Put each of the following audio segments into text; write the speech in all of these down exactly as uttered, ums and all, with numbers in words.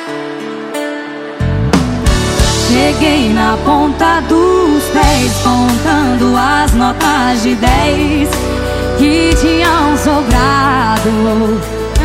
Cheguei na ponta dos pés, contando as notas de dez que tinham sobrado.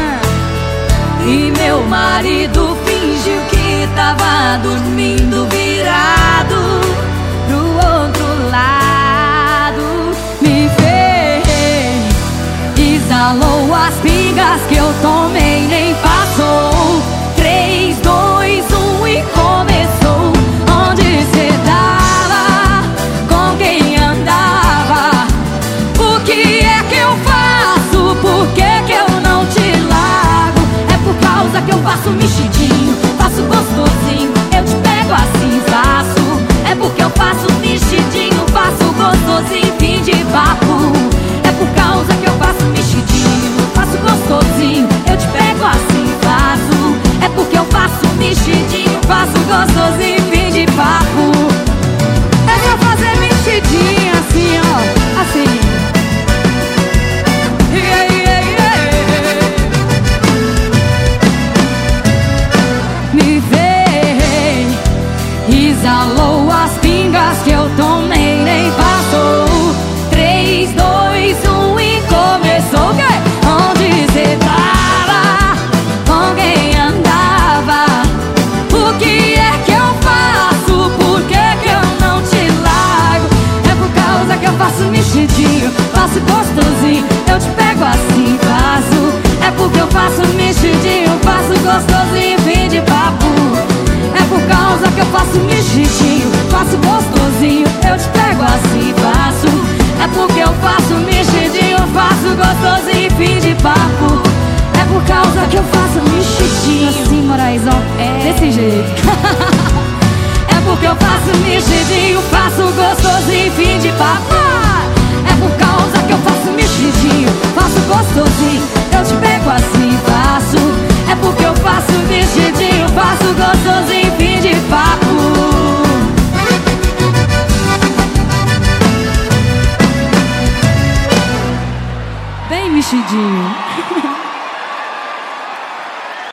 E meu marido fingiu que tava dormindo virado pro outro lado. Me fez, exalou as pingas que eu tomei, nem passou. Três, dois, um e começou. Onde cê tava? Com quem andava? O que é que eu faço? Por que que eu não te largo? É por causa que eu faço mexidinho, faço gostosinho, eu te pego assim, faço. É porque eu faço mexidinho, faço gostosinho, fim de papo. É por causa que eu faço mexidinho, faço gostosinho, eu te pego assim, faço. É porque eu faço mexidinho, faço gostosinho, fim de papo. É só fazer mexidinho assim, ó, assim. Yeah, yeah, yeah. Me veio, exalou as pingas que eu tomei, nem passou. Três, dois, um e começou. Onde cê tava? Com quem andava? O que é que eu faço? Por que que eu não te largo? É por causa que eu faço mexidinho, faço gostosinho, eu te pego assim, faço. É porque eu faço mexidinho, faço gostosinho, fim de papo. É por causa que eu faço mexidinho, faço gostosinho, eu te pego assim, faço. É porque eu faço mexidinho, faço gostosinho, fim de papo. É por causa que eu faço mexidinho assim, Moraes, ó, é desse jeito. É porque eu faço mexidinho, faço gostosinho, fim de papo. É por causa que eu faço mexidinho, faço gostosinho, eu te pego assim, faço. É porque eu faço mexidinho, faço gostosinho, fim de papo. Bem mexidinho.